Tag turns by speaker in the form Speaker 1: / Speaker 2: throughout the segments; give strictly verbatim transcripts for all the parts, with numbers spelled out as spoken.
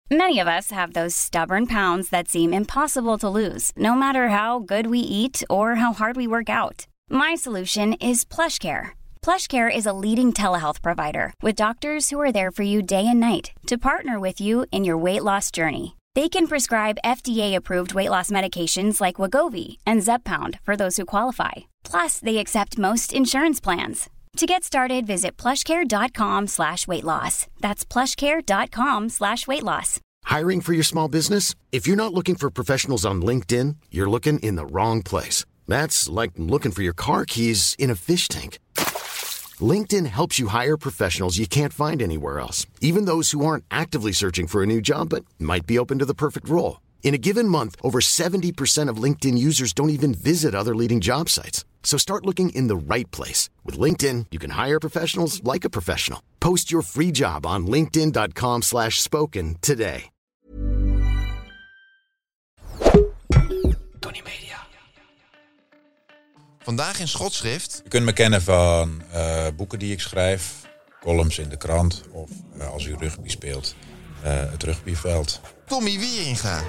Speaker 1: Many of us have those stubborn pounds that seem impossible to lose, no matter how good we eat or how hard we work out. My solution is PlushCare. PlushCare is a leading telehealth provider with doctors who are there for you day and night to partner with you in your weight loss journey. They can prescribe F D A-approved weight loss medications like Wegovy and Zepbound for those who qualify. Plus, they accept most insurance plans. To get started, visit plushcare.com slash weight loss. That's plushcare.com slash weight loss.
Speaker 2: Hiring for your small business? If you're not looking for professionals on LinkedIn, you're looking in the wrong place. That's like looking for your car keys in a fish tank. LinkedIn helps you hire professionals you can't find anywhere else, even those who aren't actively searching for a new job but might be open to the perfect role. In a given month, over seventy percent of LinkedIn users don't even visit other leading job sites. So start looking in the right place. With LinkedIn, you can hire professionals like a professional. Post your free job on linkedin.com slash spoken today.
Speaker 3: Tony Media. Vandaag in Schotschrift.
Speaker 4: U kunt me kennen van uh, boeken die ik schrijf, columns in de krant of uh, als u rugby speelt, uh, het rugbyveld.
Speaker 3: Tommy Wieringa.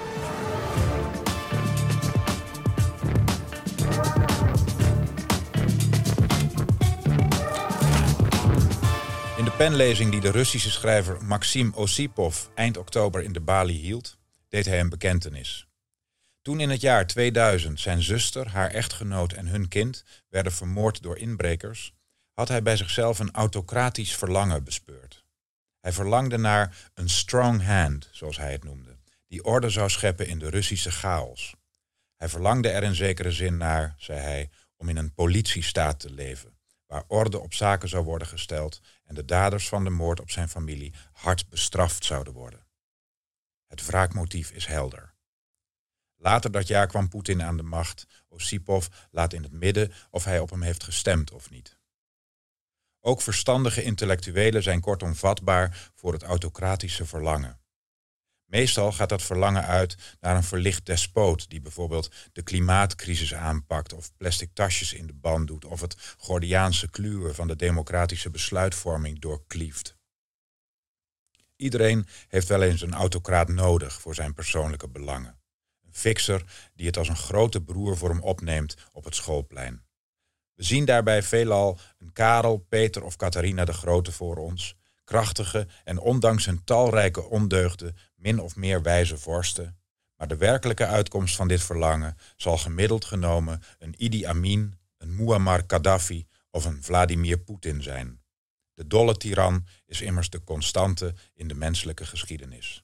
Speaker 4: In de penlezing die de Russische schrijver Maxim Osipov eind oktober in de Bali hield, deed hij een bekentenis. Toen in het jaar tweeduizend zijn zuster, haar echtgenoot en hun kind werden vermoord door inbrekers, had hij bij zichzelf een autocratisch verlangen bespeurd. Hij verlangde naar een strong hand, zoals hij het noemde, die orde zou scheppen in de Russische chaos. Hij verlangde er in zekere zin naar, zei hij, om in een politiestaat te leven, waar orde op zaken zou worden gesteld en de daders van de moord op zijn familie hard bestraft zouden worden. Het wraakmotief is helder. Later dat jaar kwam Poetin aan de macht. Osipov laat in het midden of hij op hem heeft gestemd of niet. Ook verstandige intellectuelen zijn kortom vatbaar voor het autocratische verlangen. Meestal gaat dat verlangen uit naar een verlicht despoot die bijvoorbeeld de klimaatcrisis aanpakt of plastic tasjes in de ban doet of het Gordiaanse kluwen van de democratische besluitvorming doorklieft. Iedereen heeft wel eens een autocraat nodig voor zijn persoonlijke belangen. Een fixer die het als een grote broer voor hem opneemt op het schoolplein. We zien daarbij veelal een Karel, Peter of Catharina de Grote voor ons, krachtige en ondanks hun talrijke ondeugden min of meer wijze vorsten. Maar de werkelijke uitkomst van dit verlangen zal gemiddeld genomen een Idi Amin, een Muammar Gaddafi of een Vladimir Poetin zijn. De dolle tiran is immers de constante in de menselijke geschiedenis.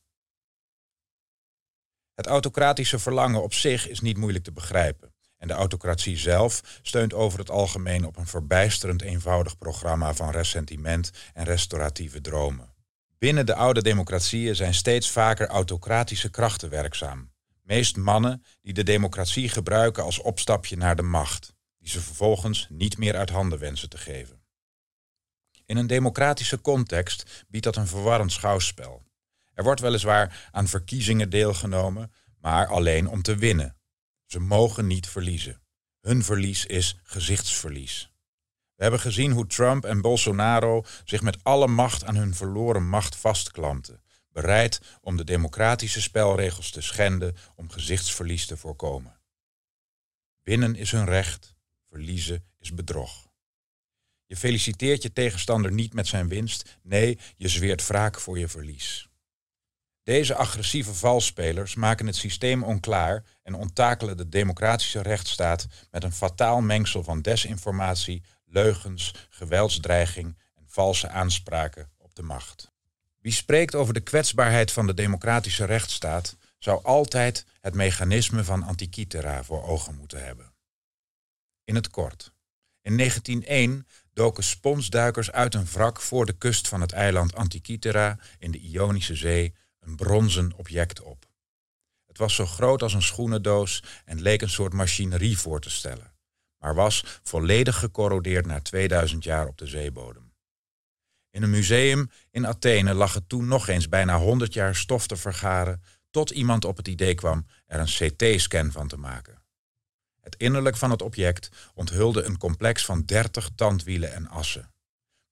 Speaker 4: Het autocratische verlangen op zich is niet moeilijk te begrijpen. En de autocratie zelf steunt over het algemeen op een verbijsterend eenvoudig programma van ressentiment en restauratieve dromen. Binnen de oude democratieën zijn steeds vaker autocratische krachten werkzaam. Meest mannen die de democratie gebruiken als opstapje naar de macht, die ze vervolgens niet meer uit handen wensen te geven. In een democratische context biedt dat een verwarrend schouwspel. Er wordt weliswaar aan verkiezingen deelgenomen, maar alleen om te winnen. Ze mogen niet verliezen. Hun verlies is gezichtsverlies. We hebben gezien hoe Trump en Bolsonaro zich met alle macht aan hun verloren macht vastklampten, bereid om de democratische spelregels te schenden om gezichtsverlies te voorkomen. Winnen is hun recht, verliezen is bedrog. Je feliciteert je tegenstander niet met zijn winst, nee, je zweert wraak voor je verlies. Deze agressieve valsspelers maken het systeem onklaar en onttakelen de democratische rechtsstaat met een fataal mengsel van desinformatie, leugens, geweldsdreiging en valse aanspraken op de macht. Wie spreekt over de kwetsbaarheid van de democratische rechtsstaat zou altijd het mechanisme van Antikythera voor ogen moeten hebben. In het kort. In negentien één doken sponsduikers uit een wrak voor de kust van het eiland Antikythera in de Ionische Zee een bronzen object op. Het was zo groot als een schoenendoos en leek een soort machinerie voor te stellen, maar was volledig gecorrodeerd na tweeduizend jaar op de zeebodem. In een museum in Athene lag het toen nog eens bijna honderd jaar stof te vergaren, tot iemand op het idee kwam er een C T-scan van te maken. Het innerlijk van het object onthulde een complex van dertig tandwielen en assen.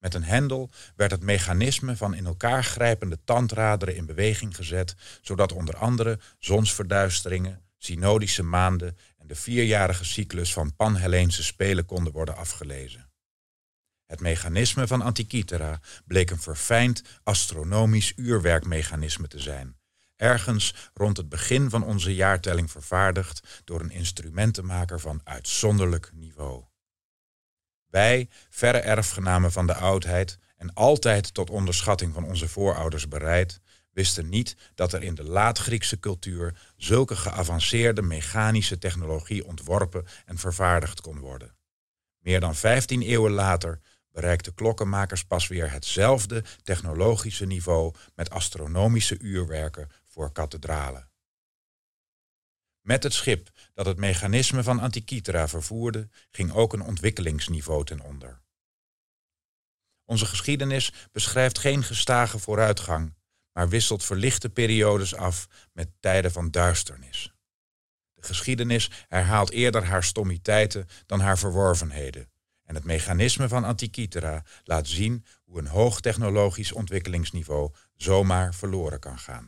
Speaker 4: Met een hendel werd het mechanisme van in elkaar grijpende tandraderen in beweging gezet, zodat onder andere zonsverduisteringen, synodische maanden en de vierjarige cyclus van Panhelleense spelen konden worden afgelezen. Het mechanisme van Antikythera bleek een verfijnd astronomisch uurwerkmechanisme te zijn, ergens rond het begin van onze jaartelling vervaardigd door een instrumentenmaker van uitzonderlijk niveau. Wij, verre erfgenamen van de oudheid en altijd tot onderschatting van onze voorouders bereid, wisten niet dat er in de laat-Griekse cultuur zulke geavanceerde mechanische technologie ontworpen en vervaardigd kon worden. Meer dan vijftien eeuwen later bereikten klokkenmakers pas weer hetzelfde technologische niveau met astronomische uurwerken voor kathedralen. Met het schip dat het mechanisme van Antikythera vervoerde, ging ook een ontwikkelingsniveau ten onder. Onze geschiedenis beschrijft geen gestage vooruitgang, maar wisselt verlichte periodes af met tijden van duisternis. De geschiedenis herhaalt eerder haar stommiteiten dan haar verworvenheden, en het mechanisme van Antikythera laat zien hoe een hoogtechnologisch ontwikkelingsniveau zomaar verloren kan gaan.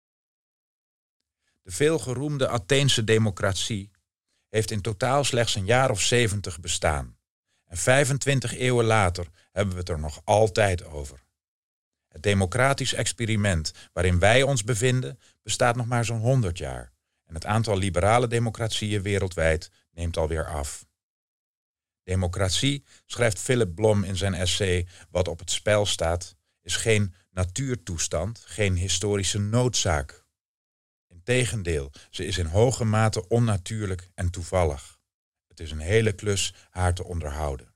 Speaker 4: De veelgeroemde Atheense democratie heeft in totaal slechts een jaar of zeventig bestaan. En vijfentwintig eeuwen later hebben we het er nog altijd over. Het democratisch experiment waarin wij ons bevinden bestaat nog maar zo'n honderd jaar. En het aantal liberale democratieën wereldwijd neemt alweer af. Democratie, schrijft Philip Blom in zijn essay Wat op het spel staat, is geen natuurtoestand, geen historische noodzaak. Integendeel, ze is in hoge mate onnatuurlijk en toevallig. Het is een hele klus haar te onderhouden.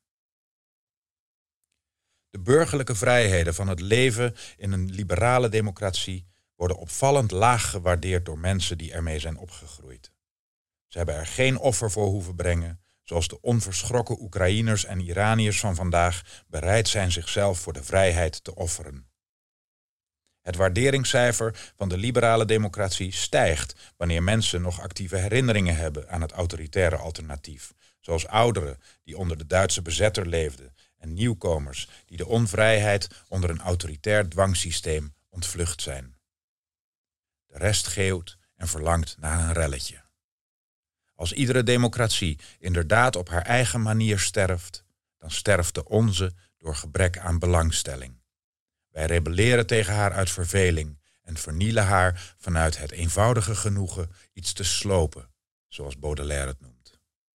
Speaker 4: De burgerlijke vrijheden van het leven in een liberale democratie worden opvallend laag gewaardeerd door mensen die ermee zijn opgegroeid. Ze hebben er geen offer voor hoeven brengen, zoals de onverschrokken Oekraïners en Iraniërs van vandaag bereid zijn zichzelf voor de vrijheid te offeren. Het waarderingscijfer van de liberale democratie stijgt wanneer mensen nog actieve herinneringen hebben aan het autoritaire alternatief, zoals ouderen die onder de Duitse bezetter leefden en nieuwkomers die de onvrijheid onder een autoritair dwangsysteem ontvlucht zijn. De rest geeuwt en verlangt naar een relletje. Als iedere democratie inderdaad op haar eigen manier sterft, dan sterft de onze door gebrek aan belangstelling. Wij rebelleren tegen haar uit verveling en vernielen haar vanuit het eenvoudige genoegen iets te slopen, zoals Baudelaire het noemt.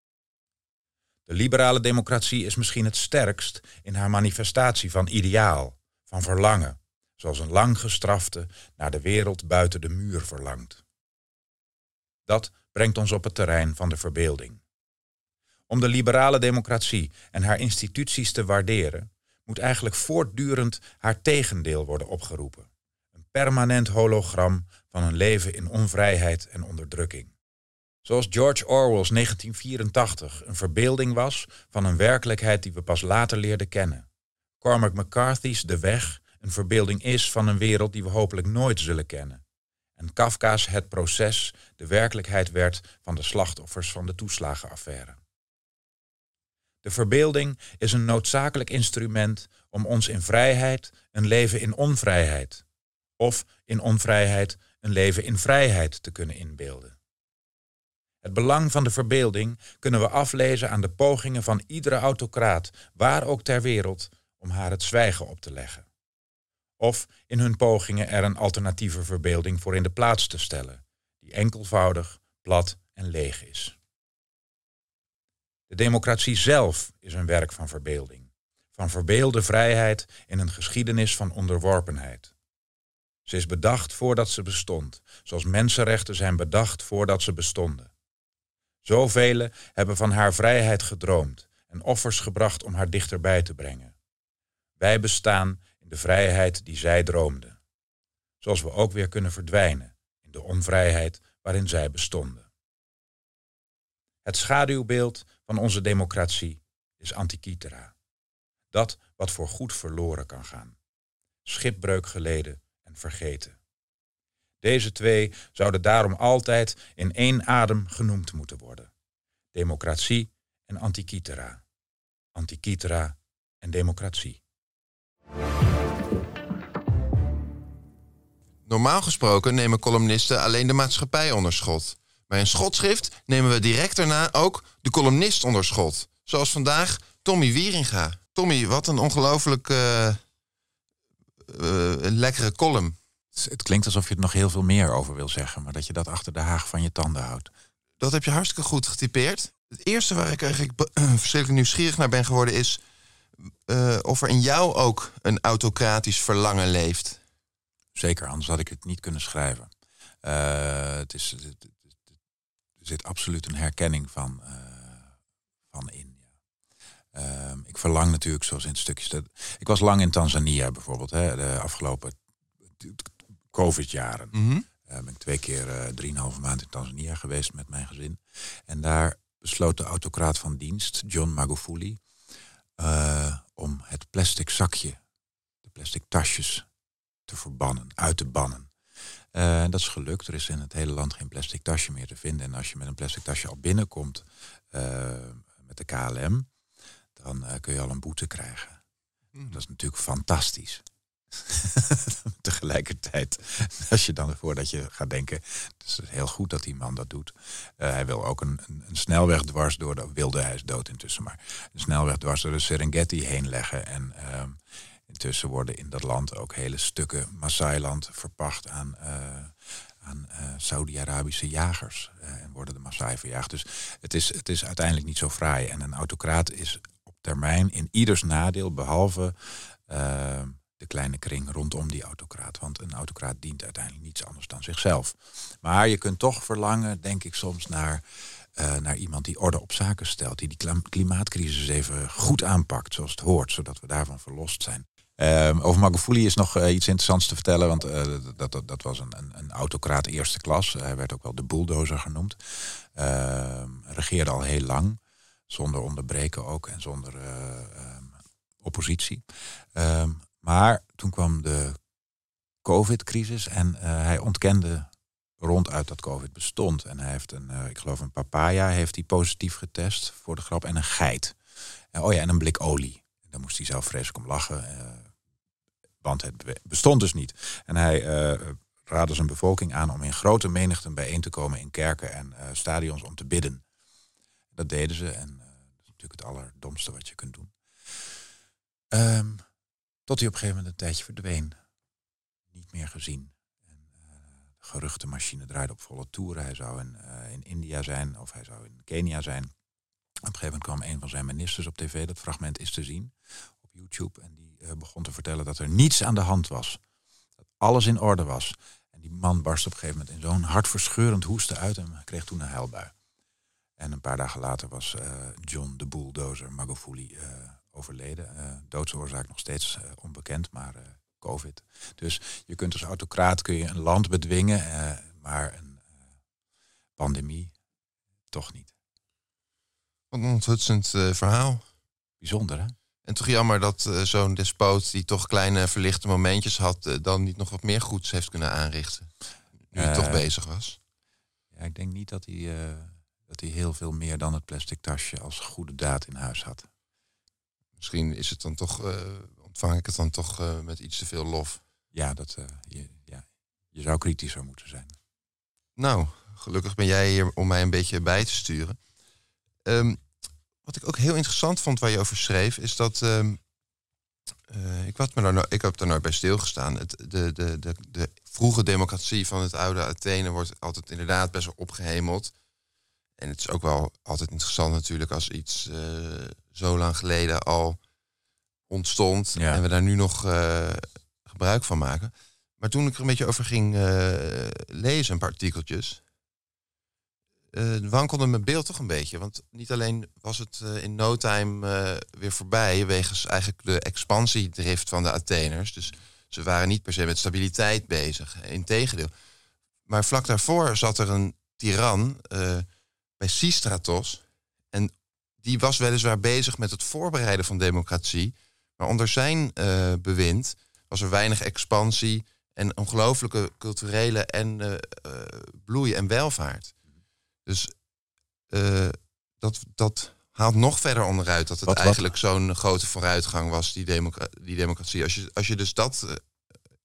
Speaker 4: De liberale democratie is misschien het sterkst in haar manifestatie van ideaal, van verlangen, zoals een lang gestrafte naar de wereld buiten de muur verlangt. Dat brengt ons op het terrein van de verbeelding. Om de liberale democratie en haar instituties te waarderen, moet eigenlijk voortdurend haar tegendeel worden opgeroepen. Een permanent hologram van een leven in onvrijheid en onderdrukking. Zoals George Orwell's negentien vierentachtig een verbeelding was van een werkelijkheid die we pas later leerden kennen. Cormac McCarthy's De Weg een verbeelding is van een wereld die we hopelijk nooit zullen kennen. En Kafka's Het Proces de werkelijkheid werd van de slachtoffers van de toeslagenaffaire. De verbeelding is een noodzakelijk instrument om ons in vrijheid een leven in onvrijheid, of in onvrijheid een leven in vrijheid te kunnen inbeelden. Het belang van de verbeelding kunnen we aflezen aan de pogingen van iedere autocraat, waar ook ter wereld, om haar het zwijgen op te leggen. Of in hun pogingen er een alternatieve verbeelding voor in de plaats te stellen, die enkelvoudig, plat en leeg is. De democratie zelf is een werk van verbeelding, van verbeelde vrijheid in een geschiedenis van onderworpenheid. Ze is bedacht voordat ze bestond, zoals mensenrechten zijn bedacht voordat ze bestonden. Zoveel hebben van haar vrijheid gedroomd en offers gebracht om haar dichterbij te brengen. Wij bestaan in de vrijheid die zij droomden, zoals we ook weer kunnen verdwijnen in de onvrijheid waarin zij bestonden. Het schaduwbeeld van onze democratie is Antikythera. Dat wat voor goed verloren kan gaan. Schipbreuk geleden en vergeten. Deze twee zouden daarom altijd in één adem genoemd moeten worden. Democratie en Antikythera. Antikythera en democratie.
Speaker 3: Normaal gesproken nemen columnisten alleen de maatschappij onder schot. Maar in Schotschrift nemen we direct daarna ook de columnist onder schot. Zoals vandaag Tommy Wieringa. Tommy, wat een ongelooflijk uh, uh, lekkere column.
Speaker 4: Het klinkt alsof je er nog heel veel meer over wil zeggen, maar dat je dat achter de haag van je tanden houdt.
Speaker 3: Dat heb je hartstikke goed getypeerd. Het eerste waar ik eigenlijk uh, verschrikkelijk nieuwsgierig naar ben geworden is uh, of er in jou ook een autocratisch verlangen leeft.
Speaker 4: Zeker, anders had ik het niet kunnen schrijven. Uh, het is, het, het, het, er zit absoluut een herkenning van, uh, van in. Ja. Uh, ik verlang natuurlijk, zoals in het stukje... Ik was lang in Tanzania bijvoorbeeld, hè, de afgelopen COVID-jaren.
Speaker 3: Mm-hmm.
Speaker 4: Uh, ben ik twee keer uh, drieënhalve maand in Tanzania geweest met mijn gezin. En daar besloot de autocraat van dienst, John Magufuli, uh, om het plastic zakje, de plastic tasjes, te verbannen, uit te bannen. Uh, dat is gelukt. Er is in het hele land geen plastic tasje meer te vinden. En als je met een plastic tasje al binnenkomt uh, met de K L M, dan uh, kun je al een boete krijgen. Mm. Dat is natuurlijk fantastisch. Tegelijkertijd, als je dan ervoor dat je gaat denken, het is heel goed dat die man dat doet. Uh, hij wil ook een, een, een snelweg dwars door de wilde, hij is dood intussen, maar een snelweg dwars door de Serengeti heen leggen. En uh, intussen worden in dat land ook hele stukken Maasai-land verpacht aan, uh, aan uh, Saudi-Arabische jagers. Uh, en worden de Maasai verjaagd. Dus het is, het is uiteindelijk niet zo fraai. En een autocraat is op termijn in ieders nadeel, behalve Uh, de kleine kring rondom die autocraat. Want een autocraat dient uiteindelijk niets anders dan zichzelf. Maar je kunt toch verlangen, denk ik soms, naar, uh, naar iemand die orde op zaken stelt. Die die klimaatcrisis even goed aanpakt, zoals het hoort. Zodat we daarvan verlost zijn. Uh, over Magufuli is nog uh, iets interessants te vertellen. Want uh, dat, dat, dat was een, een, een autocraat eerste klas. Uh, hij werd ook wel de bulldozer genoemd. Uh, regeerde al heel lang. Zonder onderbreken ook. En zonder uh, uh, oppositie. Uh, Maar toen kwam de COVID-crisis en uh, hij ontkende ronduit dat COVID bestond. En hij heeft een, uh, ik geloof een papaya, heeft hij positief getest voor de grap en een geit. En, oh ja, en een blik olie. Daar moest hij zelf vreselijk om lachen, uh, want het bestond dus niet. En hij uh, raadde zijn bevolking aan om in grote menigten bijeen te komen in kerken en uh, stadions om te bidden. Dat deden ze en uh, dat is natuurlijk het allerdomste wat je kunt doen. Um, Tot hij op een gegeven moment een tijdje verdween. Niet meer gezien. En, uh, de geruchtenmachine draaide op volle toeren. Hij zou in, uh, in India zijn of hij zou in Kenia zijn. Op een gegeven moment kwam een van zijn ministers op tv. Dat fragment is te zien op YouTube. En die uh, begon te vertellen dat er niets aan de hand was. Dat alles in orde was. En die man barst op een gegeven moment in zo'n hartverscheurend hoesten uit. En kreeg toen een huilbui. En een paar dagen later was uh, John de Bulldozer Magufuli Uh, overleden. Uh, doodsoorzaak nog steeds uh, onbekend, maar uh, COVID. Dus je kunt als autocraat kun je een land bedwingen, uh, maar een uh, pandemie toch niet.
Speaker 3: Wat een onthutsend uh, verhaal.
Speaker 4: Bijzonder, hè?
Speaker 3: En toch jammer dat uh, zo'n despoot die toch kleine verlichte momentjes had, uh, dan niet nog wat meer goeds heeft kunnen aanrichten. Nu hij uh, toch bezig was.
Speaker 4: Ja, ik denk niet dat hij, uh, dat hij heel veel meer dan het plastic tasje als goede daad in huis had.
Speaker 3: Misschien is het dan toch, uh, ontvang ik het dan toch uh, met iets te veel lof.
Speaker 4: Ja, dat, uh, je, ja, je zou kritischer moeten zijn.
Speaker 3: Nou, gelukkig ben jij hier om mij een beetje bij te sturen. Um, wat ik ook heel interessant vond waar je over schreef, is dat Um, uh, ik, had me daar no- ik heb daar nooit bij stilgestaan. Het, de, de, de, de vroege democratie van het oude Athene wordt altijd inderdaad best wel opgehemeld. En het is ook wel altijd interessant natuurlijk als iets uh, zo lang geleden al ontstond. Ja. En we daar nu nog uh, gebruik van maken. Maar toen ik er een beetje over ging uh, lezen, een paar artikeltjes, Uh, wankelde mijn beeld toch een beetje. Want niet alleen was het uh, in no time uh, weer voorbij, wegens eigenlijk de expansiedrift van de Atheners. Dus ze waren niet per se met stabiliteit bezig. Integendeel. Maar vlak daarvoor zat er een tiran uh, bij Sistratos. En die was weliswaar bezig met het voorbereiden van democratie. Maar onder zijn uh, bewind was er weinig expansie en ongelooflijke culturele en uh, uh, bloei en welvaart. Dus uh, dat, dat haalt nog verder onderuit dat het wat, eigenlijk wat? zo'n grote vooruitgang was, die, democra- die democratie. Als je, als je dus dat uh,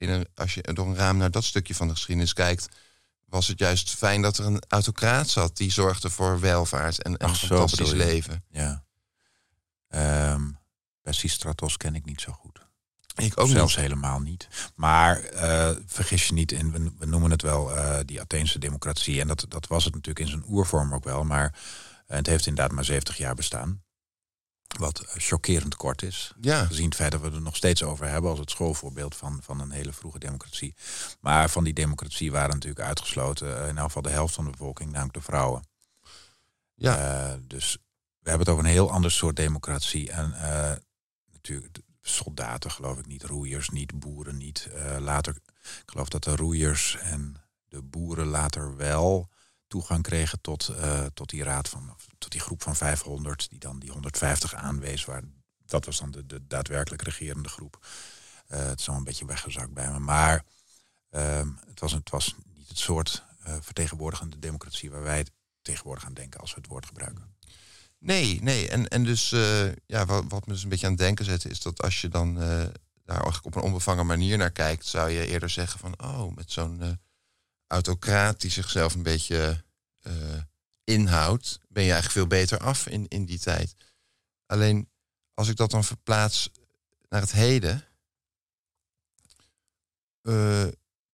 Speaker 3: in een, als je door een raam naar dat stukje van de geschiedenis kijkt, was het juist fijn dat er een autocraat zat die zorgde voor welvaart en, en
Speaker 5: Ach,
Speaker 3: een
Speaker 5: zo
Speaker 3: fantastisch
Speaker 5: bedoel je.
Speaker 3: leven.
Speaker 5: Ja. Um, Pisistratos ken ik niet zo goed.
Speaker 3: Ik ook
Speaker 5: Zelfs
Speaker 3: niet.
Speaker 5: helemaal niet. Maar uh, vergis je niet in, we, we noemen het wel uh, die Atheense democratie. En dat, dat was het natuurlijk in zijn oervorm ook wel. Maar uh, het heeft inderdaad maar zeventig jaar bestaan. Wat uh, chockerend kort is.
Speaker 3: Ja.
Speaker 5: Gezien het feit dat we het er nog steeds over hebben als het schoolvoorbeeld van, van een hele vroege democratie. Maar van die democratie waren natuurlijk uitgesloten uh, in elk geval de helft van de bevolking, namelijk de vrouwen.
Speaker 3: Ja.
Speaker 5: Uh, dus we hebben het over een heel ander soort democratie. En uh, natuurlijk soldaten geloof ik niet, roeiers niet, boeren niet. Uh, later, ik geloof dat de roeiers en de boeren later wel toegang kregen tot, uh, tot die raad van, tot die groep van vijfhonderd, die dan die honderdvijftig aanwees. Waar, dat was dan de, de daadwerkelijk regerende groep. Uh, het is al een beetje weggezakt bij me. Maar uh, het, was, het was niet het soort uh, vertegenwoordigende democratie waar wij tegenwoordig aan denken als we het woord gebruiken.
Speaker 3: Nee, nee. En, en dus uh, ja, wat, wat me dus een beetje aan het denken zet, is dat als je dan uh, daar eigenlijk op een onbevangen manier naar kijkt, zou je eerder zeggen van, oh, met zo'n uh, autocraat die zichzelf een beetje uh, inhoudt, ben je eigenlijk veel beter af in, in die tijd. Alleen als ik dat dan verplaats naar het heden, uh,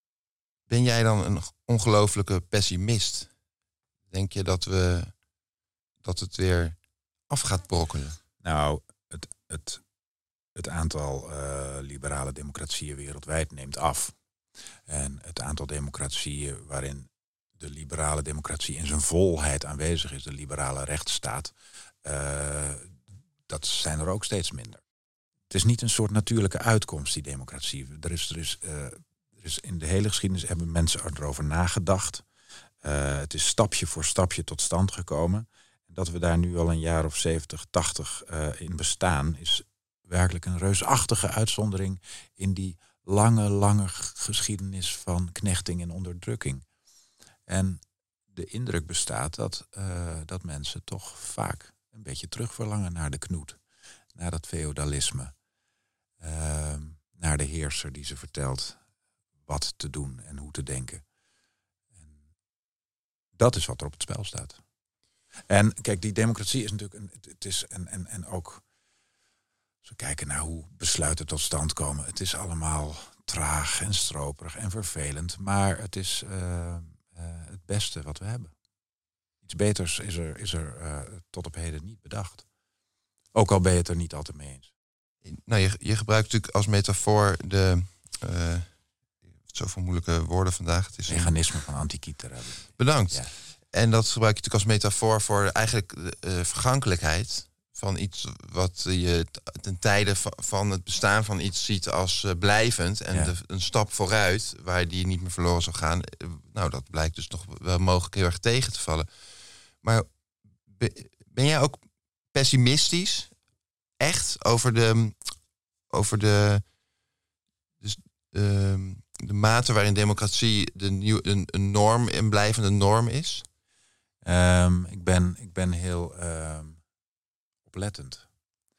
Speaker 3: ben jij dan een ongelofelijke pessimist? Denk je dat we dat het weer af gaat brokkelen?
Speaker 5: Nou, het, het, het aantal uh, liberale democratieën wereldwijd neemt af. En het aantal democratieën waarin de liberale democratie in zijn volheid aanwezig is, de liberale rechtsstaat, uh, dat zijn er ook steeds minder. Het is niet een soort natuurlijke uitkomst, die democratie. Er is, er is, uh, er is in de hele geschiedenis hebben mensen erover nagedacht. Uh, het is stapje voor stapje tot stand gekomen. Dat we daar nu al een jaar of zeventig, tachtig uh, in bestaan, is werkelijk een reusachtige uitzondering in die lange, lange geschiedenis van knechting en onderdrukking. En de indruk bestaat dat, uh, dat mensen toch vaak een beetje terugverlangen naar de knoet, naar dat feodalisme, uh, naar de heerser die ze vertelt wat te doen en hoe te denken. En dat is wat er op het spel staat. En kijk, die democratie is natuurlijk een, het is en, en, en ook als we kijken naar hoe besluiten tot stand komen. Het is allemaal traag en stroperig en vervelend, maar het is uh, uh, het beste wat we hebben. Iets beters is er, is er uh, tot op heden niet bedacht. Ook al ben je het er niet altijd mee eens.
Speaker 3: Nou, je, je gebruikt natuurlijk als metafoor de uh, zoveel moeilijke woorden vandaag. Het is
Speaker 5: mechanisme van Antikythera.
Speaker 3: Bedankt.
Speaker 5: Ja.
Speaker 3: En dat gebruik je natuurlijk als metafoor voor eigenlijk de uh, vergankelijkheid van iets wat je ten tijde van het bestaan van iets ziet als uh, blijvend en ja. de, een stap vooruit waar die niet meer verloren zal gaan. Uh, nou, dat blijkt dus toch wel mogelijk heel erg tegen te vallen. Maar be, ben jij ook pessimistisch, echt, over de over de dus, uh, de mate waarin democratie de nieuw, een, een norm, een blijvende norm is?
Speaker 5: Um, ik ben, ik ben heel uh, oplettend.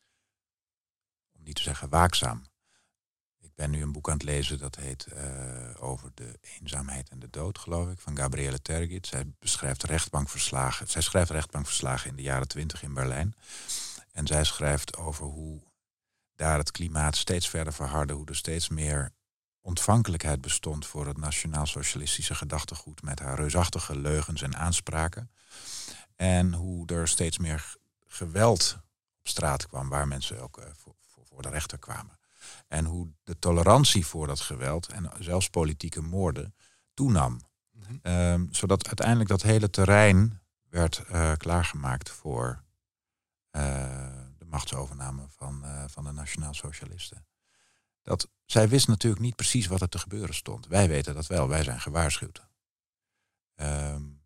Speaker 5: Om niet te zeggen waakzaam. Ik ben nu een boek aan het lezen dat heet uh, over de eenzaamheid en de dood, geloof ik, van Gabriele Tergit. Zij beschrijft rechtbankverslagen. Zij schrijft rechtbankverslagen in de jaren twintig in Berlijn. En zij schrijft over hoe daar het klimaat steeds verder verhardde, hoe er steeds meer ontvankelijkheid bestond voor het nationaal-socialistische gedachtegoed met haar reusachtige leugens en aanspraken. En hoe er steeds meer geweld op straat kwam, waar mensen ook uh, voor, voor, voor de rechter kwamen. En hoe de tolerantie voor dat geweld en zelfs politieke moorden toenam. Mm-hmm. Um, zodat uiteindelijk dat hele terrein werd uh, klaargemaakt voor uh, de machtsovername van, uh, van de nationaal-socialisten. Dat, zij wist natuurlijk niet precies wat er te gebeuren stond. Wij weten dat wel, wij zijn gewaarschuwd. Um,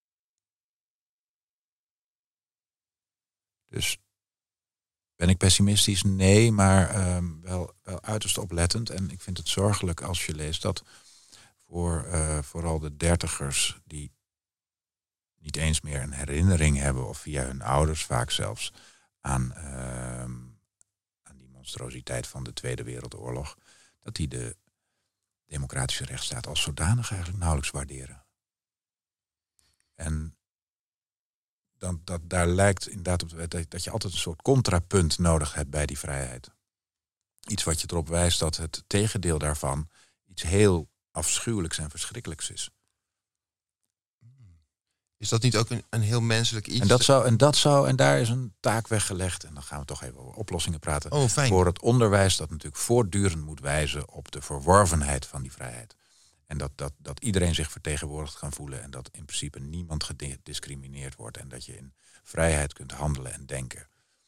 Speaker 5: dus ben ik pessimistisch? Nee, maar um, wel, wel uiterst oplettend. En ik vind het zorgelijk als je leest dat voor uh, vooral de dertigers die niet eens meer een herinnering hebben, of via hun ouders vaak zelfs, aan, um, aan die monstruositeit van de Tweede Wereldoorlog, dat die de democratische rechtsstaat als zodanig eigenlijk nauwelijks waarderen. En dan, dat, daar lijkt inderdaad op dat, dat je altijd een soort contrapunt nodig hebt bij die vrijheid. Iets wat je erop wijst dat het tegendeel daarvan iets heel afschuwelijks en verschrikkelijks is.
Speaker 3: Is dat niet ook een, een heel menselijk iets?
Speaker 5: En dat, zou, en dat zou, en daar is een taak weggelegd, en dan gaan we toch even over oplossingen praten.
Speaker 3: Oh, fijn.
Speaker 5: Voor het onderwijs dat natuurlijk voortdurend moet wijzen op de verworvenheid van die vrijheid. En dat, dat, dat iedereen zich vertegenwoordigd kan voelen en dat in principe niemand gediscrimineerd wordt en dat je in vrijheid kunt handelen en denken.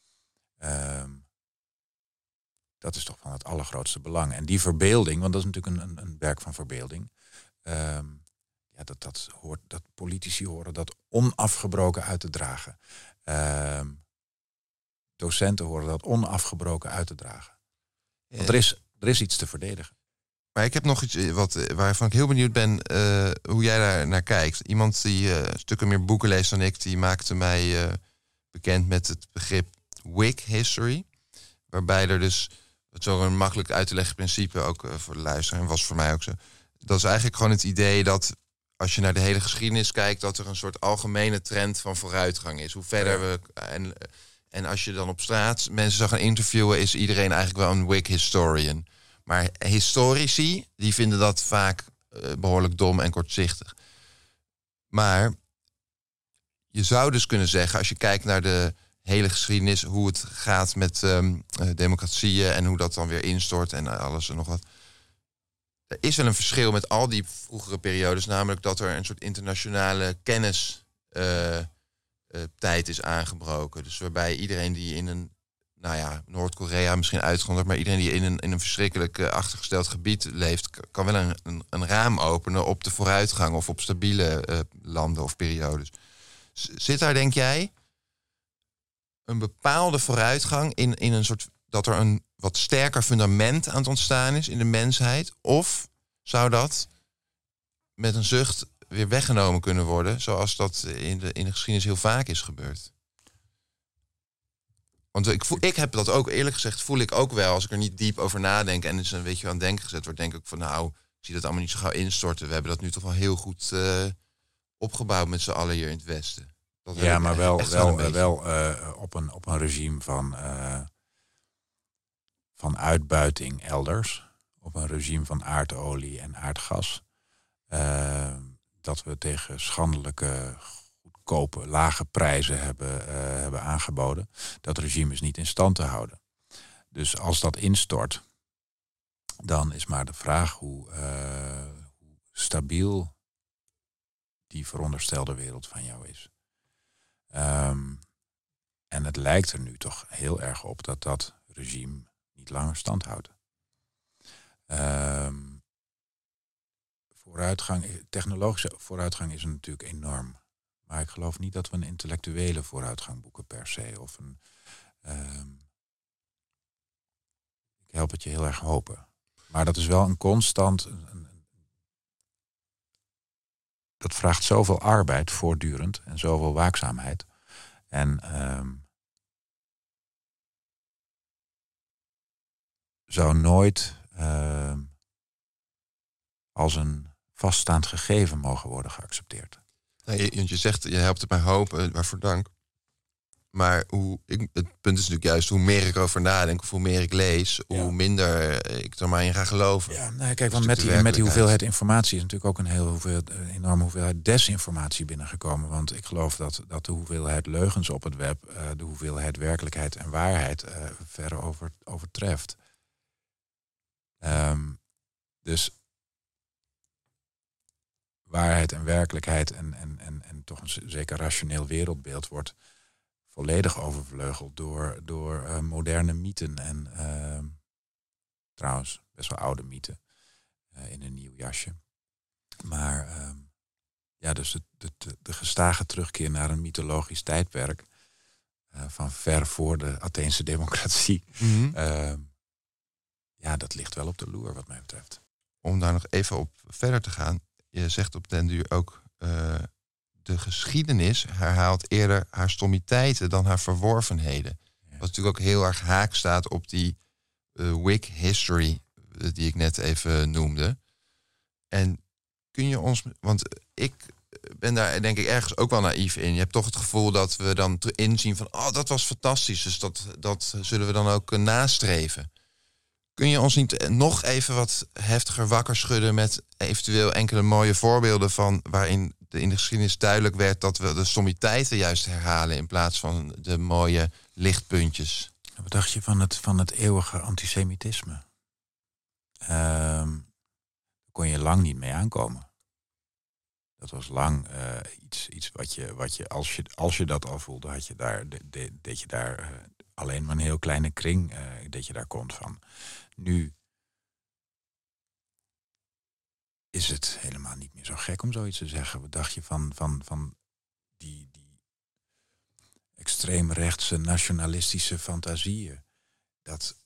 Speaker 5: Um, dat is toch van het allergrootste belang. En die verbeelding, want dat is natuurlijk een, een, een werk van verbeelding. Um, ja, dat, dat, hoort, dat politici horen dat onafgebroken uit te dragen. Um, docenten horen dat onafgebroken uit te dragen. Want er is, er is iets te verdedigen.
Speaker 3: Maar ik heb nog iets wat, waarvan ik heel benieuwd ben uh, hoe jij daar naar kijkt. Iemand die uh, stukken meer boeken leest dan ik, die maakte mij uh, bekend met het begrip Whig history. Waarbij er dus, het is een makkelijk uit te leggen principe, ook uh, voor de luisteraar, en was voor mij ook zo. Dat is eigenlijk gewoon het idee dat als je naar de hele geschiedenis kijkt, dat er een soort algemene trend van vooruitgang is. Hoe verder we. En, en als je dan op straat mensen zou gaan interviewen, is iedereen eigenlijk wel een Whig historian. Maar historici, die vinden dat vaak uh, behoorlijk dom en kortzichtig. Maar je zou dus kunnen zeggen, als je kijkt naar de hele geschiedenis, hoe het gaat met um, uh, democratieën en hoe dat dan weer instort en alles en nog wat. Er is wel een verschil met al die vroegere periodes, namelijk dat er een soort internationale kennis uh, uh, tijd is aangebroken. Dus waarbij iedereen die in een, nou ja, Noord-Korea misschien uitgezonderd, maar iedereen die in een, in een verschrikkelijk uh, achtergesteld gebied leeft, kan wel een, een, een raam openen op de vooruitgang of op stabiele uh, landen of periodes. Z- zit daar, denk jij, een bepaalde vooruitgang in, in een soort, dat er een wat sterker fundament aan het ontstaan is in de mensheid? Of zou dat met een zucht weer weggenomen kunnen worden, zoals dat in de, in de geschiedenis heel vaak is gebeurd? Want ik, voel, ik heb dat ook, eerlijk gezegd, voel ik ook wel, als ik er niet diep over nadenk en dus een beetje aan het denken gezet wordt, denk ik van nou, ik zie dat allemaal niet zo gauw instorten. We hebben dat nu toch wel heel goed uh, opgebouwd met z'n allen hier in het Westen. Dat
Speaker 5: ja, maar wel, wel,
Speaker 3: wel,
Speaker 5: wel uh, op, een, op een regime van, uh, van uitbuiting elders. Op een regime van aardolie en aardgas. Uh, dat we tegen schandelijke, goedkope, lage prijzen hebben, uh, hebben aangeboden. Dat regime is niet in stand te houden. Dus als dat instort, dan is maar de vraag hoe, uh, hoe stabiel die veronderstelde wereld van jou is. Um, en het lijkt er nu toch heel erg op dat dat regime niet langer stand houdt. Um, vooruitgang, technologische vooruitgang is natuurlijk enorm. Maar ik geloof niet dat we een intellectuele vooruitgang boeken per se. Of een, um, ik help het je heel erg hopen. Maar dat is wel een constant. Een, een, dat vraagt zoveel arbeid voortdurend en zoveel waakzaamheid. En um, zou nooit uh, als een vaststaand gegeven mogen worden geaccepteerd.
Speaker 3: Nee, want je zegt, je helpt het mij hopen, waarvoor dank. Maar hoe, ik, het punt is natuurlijk juist, hoe meer ik erover nadenk, of hoe meer ik lees, hoe ja. minder ik er maar in ga geloven.
Speaker 5: Ja, nee, kijk, want met die, met die hoeveelheid informatie is natuurlijk ook een heel hoeveel, een enorme hoeveelheid desinformatie binnengekomen. Want ik geloof dat, dat de hoeveelheid leugens op het web, uh, de hoeveelheid werkelijkheid en waarheid uh, ver over, overtreft. Um, dus waarheid en werkelijkheid en, en, en, en toch een zeker rationeel wereldbeeld wordt volledig overvleugeld door, door uh, moderne mythen en uh, trouwens best wel oude mythen uh, in een nieuw jasje. Maar uh, ja, dus de, de, de gestage terugkeer naar een mythologisch tijdperk uh, van ver voor de Atheense democratie. Mm-hmm. Uh, ja, dat ligt wel op de loer wat mij betreft.
Speaker 3: Om daar nog even op verder te gaan. Je zegt op den duur ook, uh, de geschiedenis herhaalt eerder haar stommiteiten dan haar verworvenheden. Ja. Wat natuurlijk ook heel erg haak staat op die uh, Whig history uh, die ik net even noemde. En kun je ons... Want ik ben daar denk ik ergens ook wel naïef in. Je hebt toch het gevoel dat we dan te inzien van... oh, dat was fantastisch, dus dat, dat zullen we dan ook uh, nastreven. Kun je ons niet nog even wat heftiger wakker schudden... met eventueel enkele mooie voorbeelden van... waarin de, in de geschiedenis duidelijk werd... dat we de sommiteiten juist herhalen... in plaats van de mooie lichtpuntjes?
Speaker 5: Wat dacht je van het, van het eeuwige antisemitisme? Uh, daar kon je lang niet mee aankomen. Dat was lang uh, iets, iets wat je, wat je, als je, als je dat al voelde, had je daar, de, de, deed je daar uh, alleen maar een heel kleine kring, uh, dat je daar komt van. Nu is het helemaal niet meer zo gek om zoiets te zeggen. Wat dacht je van, van, van die, die extreemrechtse nationalistische fantasieën? Dat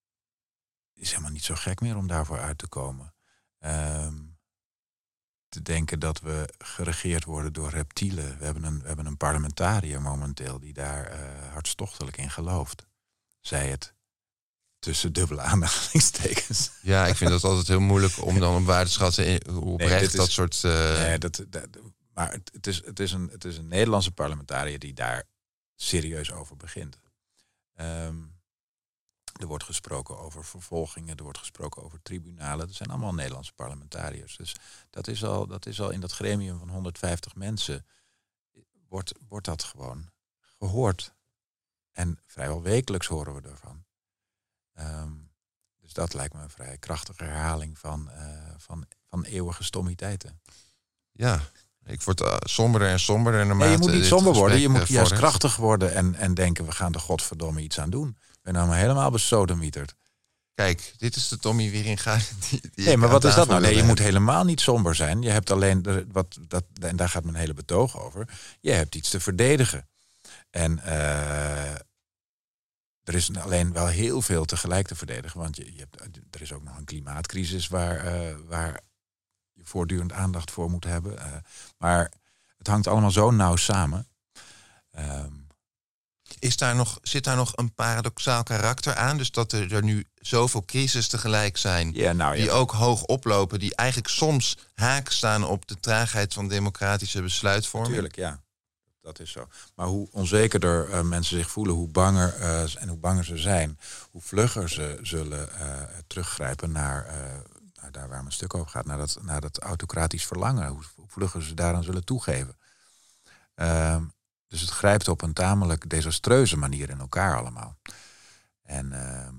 Speaker 5: is helemaal niet zo gek meer om daarvoor uit te komen. Um, te denken dat we geregeerd worden door reptielen. We hebben een, we hebben een parlementariër momenteel die daar uh, hartstochtelijk in gelooft. Zij het tussen dubbele aanhalingstekens.
Speaker 3: Ja, ik vind dat altijd heel moeilijk om dan op waarde te schatten hoe oprecht nee, dat soort... Uh...
Speaker 5: Nee, dat, dat, maar het, het, is, het, is een, het is een Nederlandse parlementariër die daar serieus over begint. Um, Er wordt gesproken over vervolgingen, er wordt gesproken over tribunalen. Dat zijn allemaal Nederlandse parlementariërs. Dus dat is al, dat is al in dat gremium van honderdvijftig mensen... wordt, wordt dat gewoon gehoord. En vrijwel wekelijks horen we daarvan. Um, dus dat lijkt me een vrij krachtige herhaling van, uh, van, van eeuwige stommiteiten.
Speaker 3: Ja, ik word uh, somberder en somberder.
Speaker 5: Nee, je moet niet somber worden, je moet juist krachtig worden... En, en denken, we gaan er godverdomme iets aan doen. Ik ben nou maar helemaal besodemieterd.
Speaker 3: Kijk, dit is de Tommy Wieringa. Die, die
Speaker 5: nee, maar wat is dat nou? Nee, je moet helemaal niet somber zijn. Je hebt alleen, de, wat, dat, en daar gaat mijn hele betoog over... je hebt iets te verdedigen. En uh, er is alleen wel heel veel tegelijk te verdedigen. Want je, je hebt, er is ook nog een klimaatcrisis... waar, uh, waar je voortdurend aandacht voor moet hebben. Uh, maar het hangt allemaal zo nauw samen... Um,
Speaker 3: Is daar nog, zit daar nog een paradoxaal karakter aan? Dus dat er, er nu zoveel crises tegelijk zijn...
Speaker 5: Ja, nou, ja.
Speaker 3: die ook hoog oplopen... die eigenlijk soms haak staan op de traagheid van democratische besluitvorming?
Speaker 5: Tuurlijk, ja. Dat is zo. Maar hoe onzekerder uh, mensen zich voelen... hoe banger uh, en hoe banger ze zijn... hoe vlugger ze zullen uh, teruggrijpen naar, uh, naar daar waar mijn stuk over gaat... naar dat, naar dat autocratisch verlangen. Hoe, hoe vlugger ze daaraan zullen toegeven. Uh, Dus het grijpt op een tamelijk desastreuze manier in elkaar allemaal. En uh,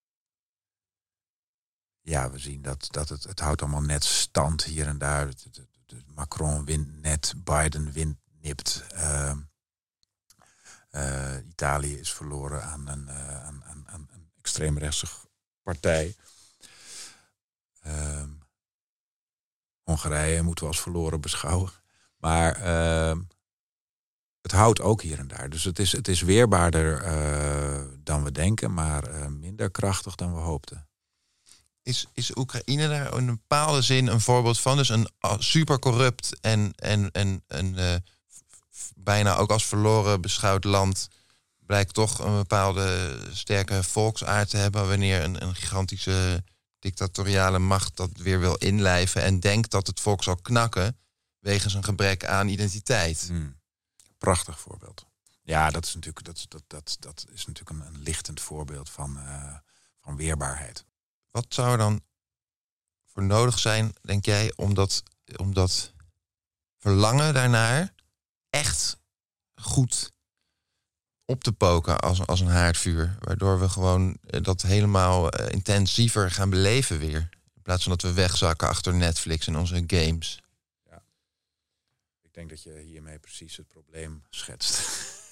Speaker 5: ja, we zien dat, dat het, het houdt allemaal net stand hier en daar. De, de, de Macron wint net, Biden wint nipt. Uh, uh, Italië is verloren aan een, uh, aan, aan, aan een extreemrechtse partij. Uh, Hongarije moeten we als verloren beschouwen. Maar... Uh, Het houdt ook hier en daar. Dus het is, het is weerbaarder uh, dan we denken, maar uh, minder krachtig dan we hoopten.
Speaker 3: Is, is Oekraïne daar in een bepaalde zin een voorbeeld van? Dus een super corrupt en, en, en, en uh, f- bijna ook als verloren beschouwd land... blijkt toch een bepaalde sterke volksaard te hebben... wanneer een, een gigantische dictatoriale macht dat weer wil inlijven... en denkt dat het volk zal knakken wegens een gebrek aan identiteit.
Speaker 5: Hmm. Prachtig voorbeeld. Ja, dat is natuurlijk, dat, dat, dat, dat is natuurlijk een, een lichtend voorbeeld van, uh, van weerbaarheid.
Speaker 3: Wat zou er dan voor nodig zijn, denk jij, om dat, om dat verlangen daarnaar echt goed op te poken als, als een haardvuur? Waardoor we gewoon dat helemaal uh, intensiever gaan beleven weer. In plaats van dat we wegzakken achter Netflix en onze games.
Speaker 5: Ik denk dat je hiermee precies het probleem schetst.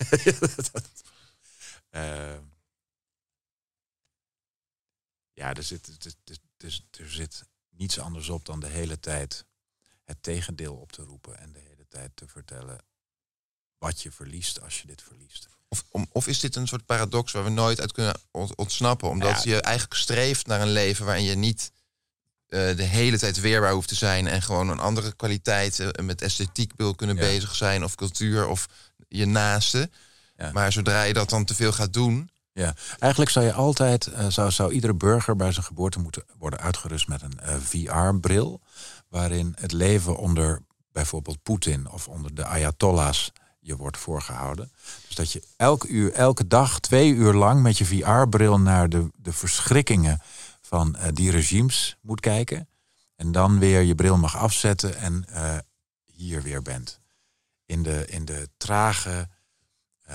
Speaker 5: uh, ja, er zit, er, er, er zit niets anders op dan de hele tijd het tegendeel op te roepen... en de hele tijd te vertellen wat je verliest als je dit verliest.
Speaker 3: Of, om, of is dit een soort paradox waar we nooit uit kunnen ontsnappen? Omdat ja, je eigenlijk streeft naar een leven waarin je niet... Uh, de hele tijd weerbaar hoeft te zijn... en gewoon een andere kwaliteit uh, met esthetiek wil kunnen ja. bezig zijn... of cultuur of je naaste. Ja. Maar zodra je dat dan te veel gaat doen...
Speaker 5: Ja, eigenlijk zou je altijd... Uh, zou, zou iedere burger bij zijn geboorte moeten worden uitgerust met een uh, V R-bril... waarin het leven onder bijvoorbeeld Poetin of onder de Ayatollahs je wordt voorgehouden. Dus dat je elke uur, elke dag, twee uur lang met je V R-bril naar de, de verschrikkingen van uh, die regimes moet kijken. En dan weer je bril mag afzetten en uh, hier weer bent. In de, in de trage, uh,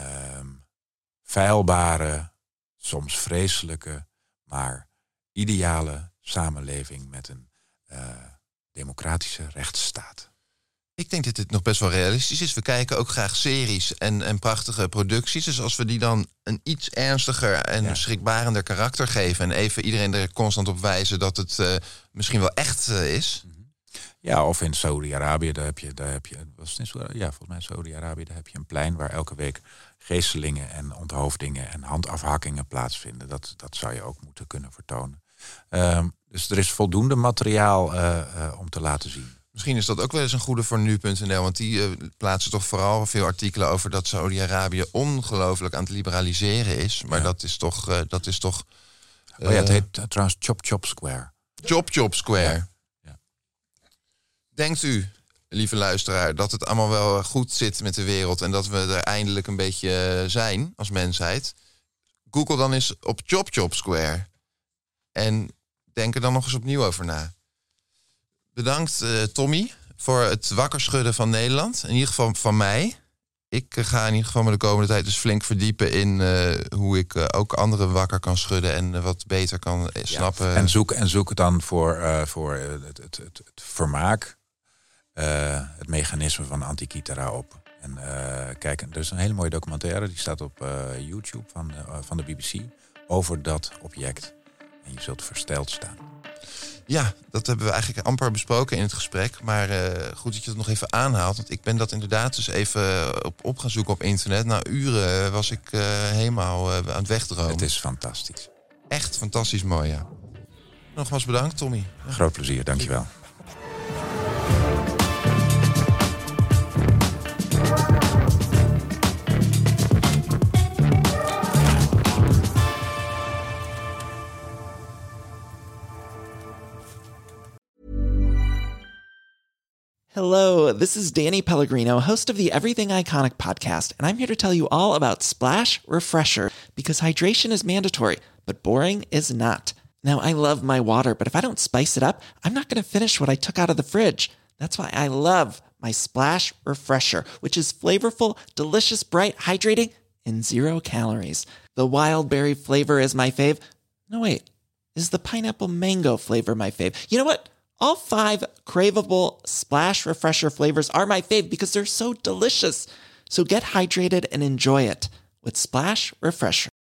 Speaker 5: feilbare, soms vreselijke, maar ideale samenleving met een uh, democratische rechtsstaat.
Speaker 3: Ik denk dat dit nog best wel realistisch is. We kijken ook graag series en, en prachtige producties. Dus als we die dan een iets ernstiger en ja. schrikbarender karakter geven... en even iedereen er constant op wijzen dat het uh, misschien wel echt uh, is...
Speaker 5: Ja, of in Saudi-Arabië, daar heb je, daar heb je, was het in Saudi- ja, volgens mij Saudi-Arabië, daar heb je een plein waar elke week geestelingen en onthoofdingen en handafhakkingen plaatsvinden. Dat, dat zou je ook moeten kunnen vertonen. Um, dus er is voldoende materiaal uh, uh, om te laten zien.
Speaker 3: Misschien is dat ook wel eens een goede voor nu punt n l. Want die uh, plaatsen toch vooral veel artikelen over dat Saudi-Arabië ongelooflijk aan het liberaliseren is. Maar ja. dat is toch... Uh, dat is toch
Speaker 5: uh, oh ja, het heet uh, trouwens Chop Chop Square.
Speaker 3: Chop Chop Square.
Speaker 5: Ja. Ja.
Speaker 3: Denkt u, lieve luisteraar, dat het allemaal wel goed zit met de wereld... en dat we er eindelijk een beetje zijn als mensheid? Google dan eens op Chop Chop Square. En denk er dan nog eens opnieuw over na. Bedankt uh, Tommy voor het wakker schudden van Nederland. In ieder geval van mij. Ik uh, ga in ieder geval me de komende tijd dus flink verdiepen in uh, hoe ik uh, ook anderen wakker kan schudden en uh, wat beter kan uh, snappen.
Speaker 5: Ja, en zoek en zoek dan voor, uh, voor uh, het, het, het, het vermaak uh, het mechanisme van Antikythera op. En uh, kijk, er is een hele mooie documentaire die staat op uh, YouTube van, uh, van de B B C over dat object. En je zult versteld staan.
Speaker 3: Ja, dat hebben we eigenlijk amper besproken in het gesprek. Maar uh, goed dat je het nog even aanhaalt. Want ik ben dat inderdaad dus even op, op gaan zoeken op internet. Na uren was ik uh, helemaal uh, aan het wegdromen.
Speaker 5: Het is fantastisch.
Speaker 3: Echt fantastisch mooi, ja. Nogmaals bedankt, Tommy. Ja.
Speaker 5: Groot plezier, dankjewel.
Speaker 6: Hello, this is Danny Pellegrino, host of the Everything Iconic podcast, and I'm here to tell you all about Splash Refresher, because hydration is mandatory, but boring is not. Now, I love my water, but if I don't spice it up, I'm not going to finish what I took out of the fridge. That's why I love my Splash Refresher, which is flavorful, delicious, bright, hydrating, and zero calories. The wild berry flavor is my fave. No, wait, is the pineapple mango flavor my fave? You know what? All five craveable Splash Refresher flavors are my fave because they're so delicious. So get hydrated and enjoy it with Splash Refresher.